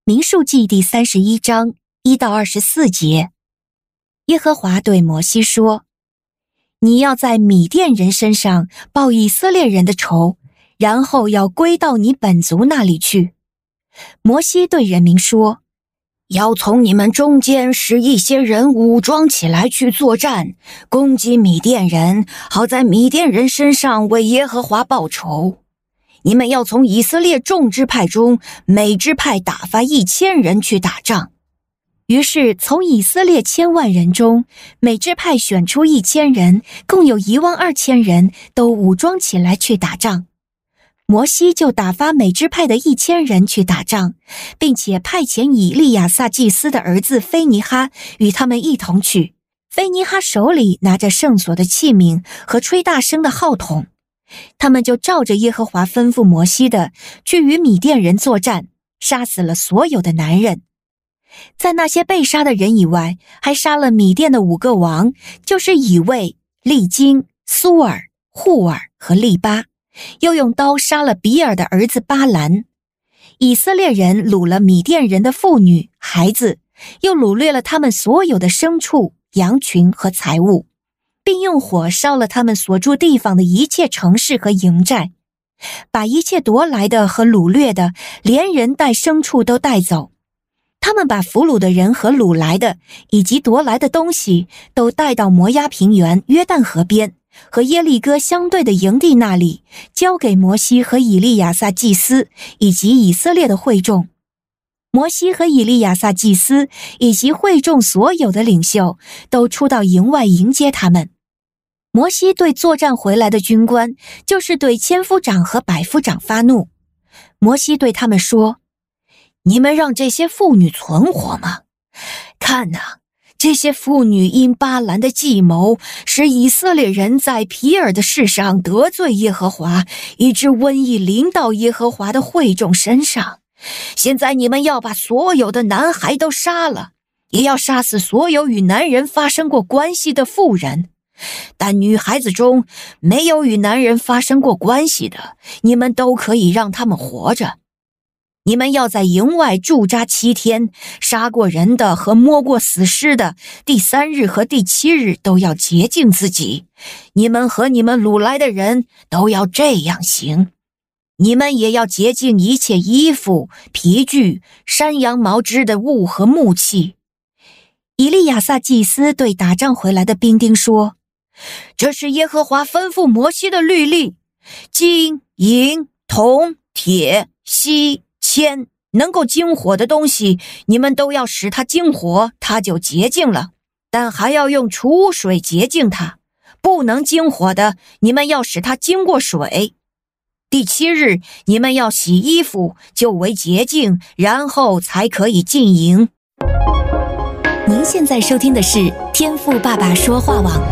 民数记第31章1到24节。耶和华对摩西说：你要在米甸人身上报以色列人的仇，然后要归到你本族那里去。摩西对人民说：要从你们中间使一些人武装起来去作战，攻击米甸人，好在米甸人身上为耶和华报仇。你们要从以色列众支派中每支派打发1000人去打仗。于是从以色列1000万人中，每支派选出1000人，共有12000人都武装起来去打仗。摩西就打发每支派的1000人去打仗，并且派遣以利亚撒祭司的儿子非尼哈与他们一同去。非尼哈手里拿着圣所的器皿和吹大声的号筒。他们就照着耶和华吩咐摩西的，去与米甸人作战，杀死了所有的男人。在那些被杀的人以外，还杀了米甸的5个王，就是以卫、利金、苏尔、户尔和利巴，又用刀杀了比尔的儿子巴兰。以色列人掳了米甸人的妇女、孩子，又掳掠了他们所有的牲畜、羊群和财物，并用火烧了他们所住地方的一切城市和营寨，把一切夺来的和掳掠的，连人带牲畜都带走。他们把俘虏的人和掳来的以及夺来的东西都带到摩押平原约旦河边和耶利哥相对的营地那里，交给摩西和以利亚撒祭司以及以色列的会众。摩西和以利亚撒祭司以及会众所有的领袖都出到营外迎接他们。摩西对作战回来的军官，就是对千夫长和百夫长发怒。摩西对他们说：你们让这些妇女存活吗？看哪，这些妇女因巴兰的计谋，使以色列人在皮尔的事上得罪耶和华，以致瘟疫临到耶和华的会众身上。现在你们要把所有的男孩都杀了，也要杀死所有与男人发生过关系的妇人。但女孩子中没有与男人发生过关系的，你们都可以让他们活着。你们要在营外驻扎7天，杀过人的和摸过死尸的，第3日和第7日都要洁净自己。你们和你们掳来的人都要这样行。你们也要洁净一切衣服、皮具、山羊毛织的物和木器。以利亚撒祭司对打仗回来的兵丁说：这是耶和华吩咐摩西的律例，金、银、铜、铁、锡、铅，能够经火的东西，你们都要使它经火，它就洁净了，但还要用储水洁净它。不能经火的，你们要使它经过水。第7日，你们要洗衣服，就为洁净，然后才可以进营。您现在收听的是天父爸爸说话网。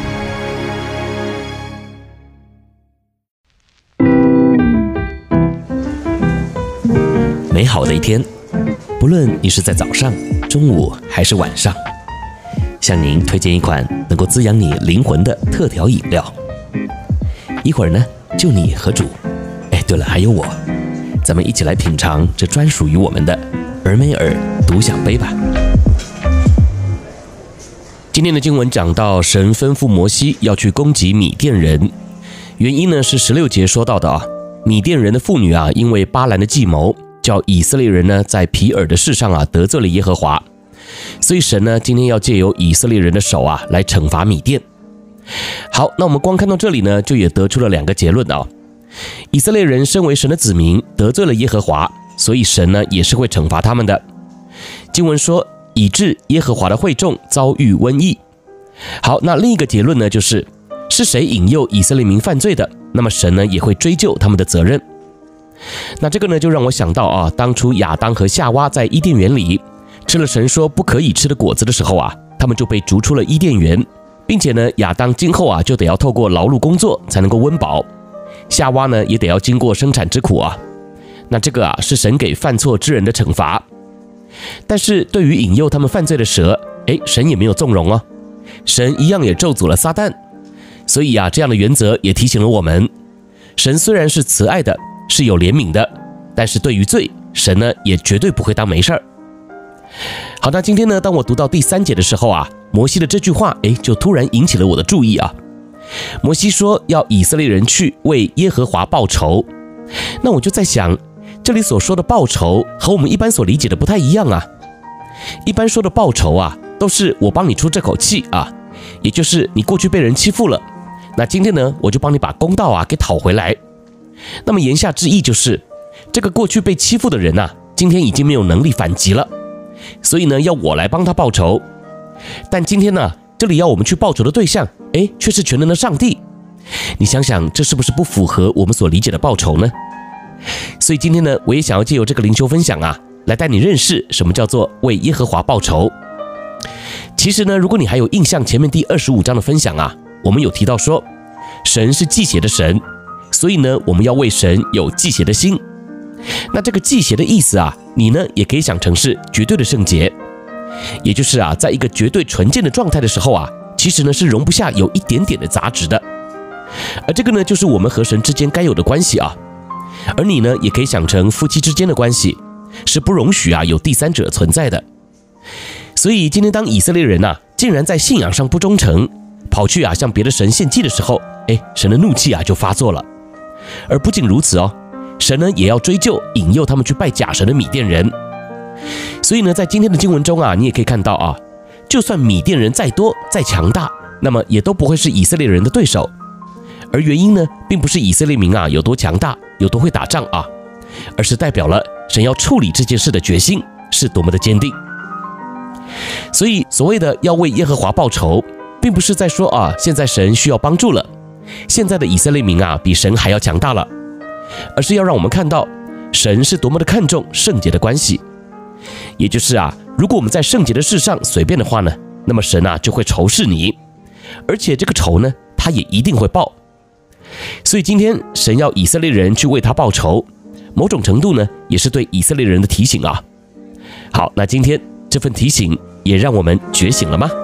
美好的一天，不论你是在早上、中午还是晚上，向您推荐一款能够滋养你灵魂的特调饮料。一会儿呢，就你和主，对了，还有我，咱们一起来品尝这专属于我们的俄梅尔独享杯吧。今天的经文讲到，神吩咐摩西要去攻击米甸人，原因呢是16节说到的米甸人的妇女因为巴兰的计谋，叫以色列人呢在皮尔的事上得罪了耶和华，所以神呢今天要借由以色列人的手来惩罚米甸。好，那我们光看到这里呢，就也得出了2个结论以色列人身为神的子民，得罪了耶和华，所以神呢也是会惩罚他们的。经文说，以致耶和华的会众遭遇瘟疫。好，那另一个结论呢，是谁引诱以色列民犯罪的，那么神呢也会追究他们的责任。那这个呢就让我想到当初亚当和夏娃在伊甸园里吃了神说不可以吃的果子的时候他们就被逐出了伊甸园，并且呢亚当今后就得要透过劳碌工作才能够温饱，夏娃呢也得要经过生产之苦那这个是神给犯错之人的惩罚。但是对于引诱他们犯罪的蛇，神也没有纵容神一样也咒诅了撒旦。所以这样的原则也提醒了我们，神虽然是慈爱的，是有怜悯的，但是对于罪神呢也绝对不会当没事儿。好，那今天呢，当我读到第3节的时候啊，摩西的这句话就突然引起了我的注意啊。摩西说要以色列人去为耶和华报仇，那我就在想，这里所说的报仇和我们一般所理解的不太一样啊。一般说的报仇啊，都是我帮你出这口气啊，也就是你过去被人欺负了，那今天呢，我就帮你把公道啊给讨回来。那么言下之意就是，这个过去被欺负的人啊，今天已经没有能力反击了，所以呢，要我来帮他报仇。但今天呢，这里要我们去报仇的对象，却是全能的上帝。你想想，这是不是不符合我们所理解的报仇呢？所以今天呢，我也想要借由这个灵修分享啊，来带你认识什么叫做为耶和华报仇。其实呢，如果你还有印象前面第25章的分享啊，我们有提到说，神是忌邪的神，所以呢，我们要为神有忌邪的心。那这个忌邪的意思啊，你呢也可以想成是绝对的圣洁，也就是啊，在一个绝对纯净的状态的时候啊，其实呢是容不下有一点点的杂质的。而这个呢，就是我们和神之间该有的关系啊。而你呢，也可以想成夫妻之间的关系，是不容许啊有第三者存在的。所以今天当以色列人啊，竟然在信仰上不忠诚，跑去啊向别的神献祭的时候，神的怒气啊就发作了。而不仅如此哦，神呢也要追究引诱他们去拜假神的米甸人。所以呢，在今天的经文中啊，你也可以看到啊，就算米甸人再多再强大，那么也都不会是以色列人的对手。而原因呢，并不是以色列民啊有多强大，有多会打仗啊，而是代表了神要处理这件事的决心是多么的坚定。所以所谓的要为耶和华报仇，并不是在说啊，现在神需要帮助了，现在的以色列民啊比神还要强大了，而是要让我们看到神是多么的看重圣洁的关系。也就是啊，如果我们在圣洁的事上随便的话呢，那么神啊就会仇视你，而且这个仇呢，他也一定会报。所以今天神要以色列人去为他报仇，某种程度呢，也是对以色列人的提醒啊。好，那今天这份提醒也让我们觉醒了吗？